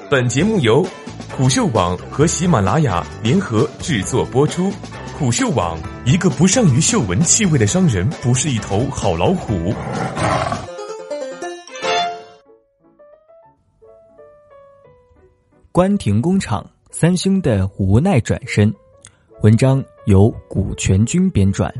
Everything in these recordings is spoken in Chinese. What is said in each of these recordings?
本节目由虎嗅网和喜马拉雅联合制作播出。虎嗅网：一个不善于嗅闻气味的商人不是一头好老虎。 关停工厂，三星的无奈转身。文章由古全军编撰。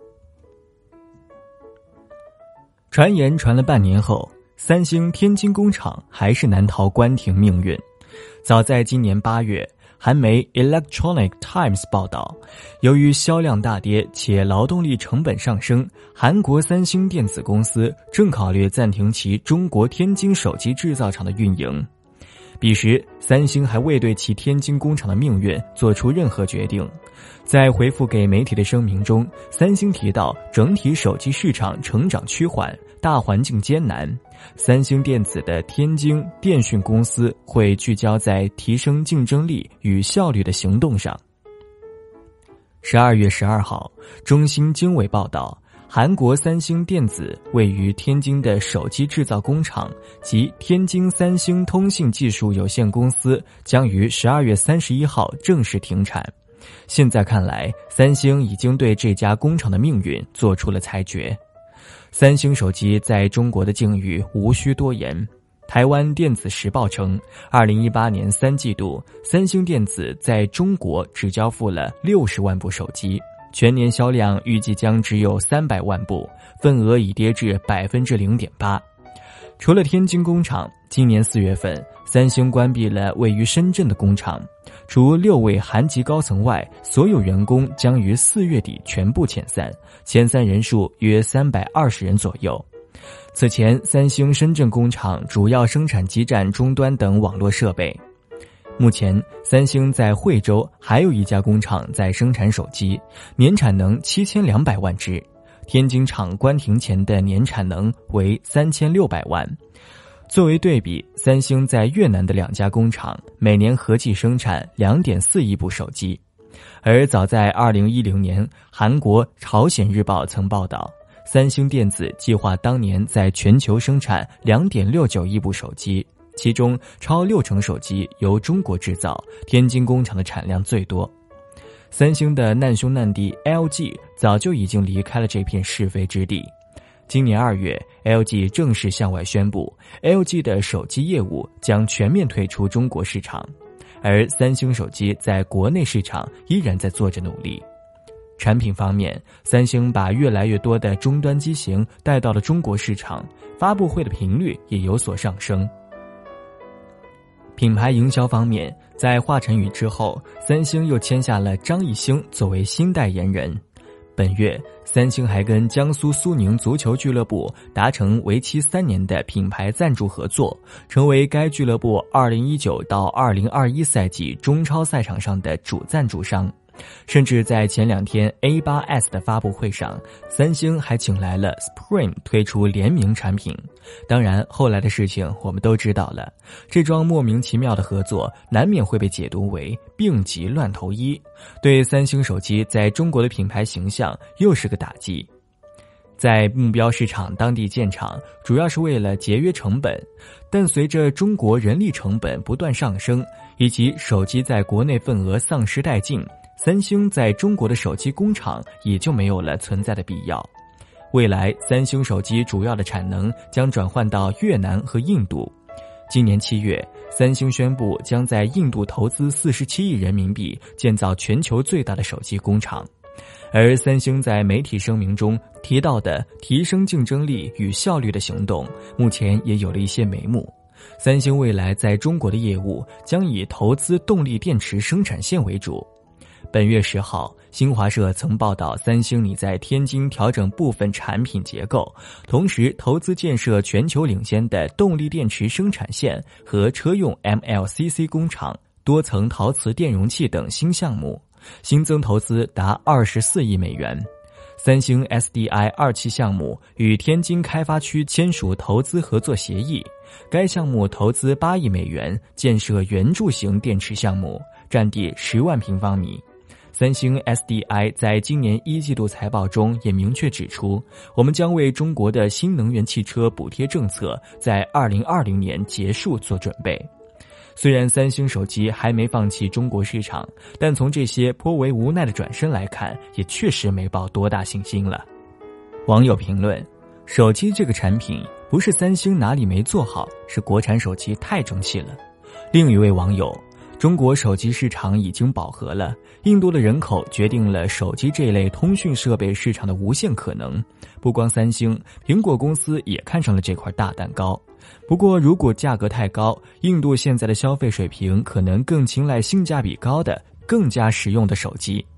传言传了半年后，三星天津工厂还是难逃关停命运。早在今年8月，韩媒 Electronic Times 报道，由于销量大跌且劳动力成本上升，韩国三星电子公司正考虑暂停其中国天津手机制造厂的运营。彼时，三星还未对其天津工厂的命运做出任何决定。在回复给媒体的声明中，三星提到整体手机市场成长趋缓，大环境艰难，三星电子的天津电讯公司会聚焦在提升竞争力与效率的行动上。12月12号，中新经纬报道，韩国三星电子位于天津的手机制造工厂及天津三星通信技术有限公司将于12月31号正式停产。现在看来，三星已经对这家工厂的命运做出了裁决。三星手机在中国的境遇无需多言。台湾电子时报称，2018年3季度，三星电子在中国只交付了60万部手机，全年销量预计将只有300万部，份额已跌至 0.8%。除了天津工厂，今年4月份，三星关闭了位于深圳的工厂，除6位韩籍高层外，所有员工将于4月底全部遣散，遣散人数约320人左右。此前，三星深圳工厂主要生产基站终端等网络设备。目前，三星在惠州还有一家工厂在生产手机，年产能7200万只。天津厂关停前的年产能为3600万。作为对比，三星在越南的2家工厂每年合计生产 2.4 亿部手机。而早在2010年，韩国朝鲜日报曾报道，三星电子计划当年在全球生产 2.69 亿部手机，其中超60%手机由中国制造，天津工厂的产量最多。三星的难兄难弟 LG 早就已经离开了这片是非之地。今年2月 ，LG 正式向外宣布 ，LG 的手机业务将全面退出中国市场，而三星手机在国内市场依然在做着努力。产品方面，三星把越来越多的终端机型带到了中国市场，发布会的频率也有所上升。品牌营销方面，在华晨宇之后，三星又签下了张艺兴作为新代言人。本月，三星还跟江苏苏宁足球俱乐部达成为期3年的品牌赞助合作，成为该俱乐部2019到2021赛季中超赛场上的主赞助商。甚至在前2天 A8S 的发布会上，三星还请来了 Spring 推出联名产品。当然，后来的事情我们都知道了，这桩莫名其妙的合作难免会被解读为病急乱投医，对三星手机在中国的品牌形象又是个打击。在目标市场当地建厂，主要是为了节约成本，但随着中国人力成本不断上升，以及手机在国内份额丧失殆尽，三星在中国的手机工厂也就没有了存在的必要。未来，三星手机主要的产能将转换到越南和印度。今年7月，三星宣布将在印度投资47亿人民币建造全球最大的手机工厂。而三星在媒体声明中提到的提升竞争力与效率的行动，目前也有了一些眉目。三星未来在中国的业务将以投资动力电池生产线为主。本月10号，新华社曾报道，三星拟在天津调整部分产品结构，同时投资建设全球领先的动力电池生产线和车用 MLCC 工厂、多层陶瓷电容器等新项目，新增投资达24亿美元。三星 SDI 2期项目与天津开发区签署投资合作协议，该项目投资8亿美元建设圆柱形电池项目，占地10万平方米。三星 SDI 在今年1季度财报中也明确指出，我们将为中国的新能源汽车补贴政策在2020年结束做准备。 虽然三星手机还没放弃中国市场，但从这些颇为无奈的转身来看，也确实没抱多大信心了。网友评论，手机这个产品不是三星哪里没做好，是国产手机太争气了。另一位网友，中国手机市场已经饱和了，印度的人口决定了手机这类通讯设备市场的无限可能。不光三星，苹果公司也看上了这块大蛋糕。不过如果价格太高，印度现在的消费水平可能更青睐性价比高的、更加实用的手机。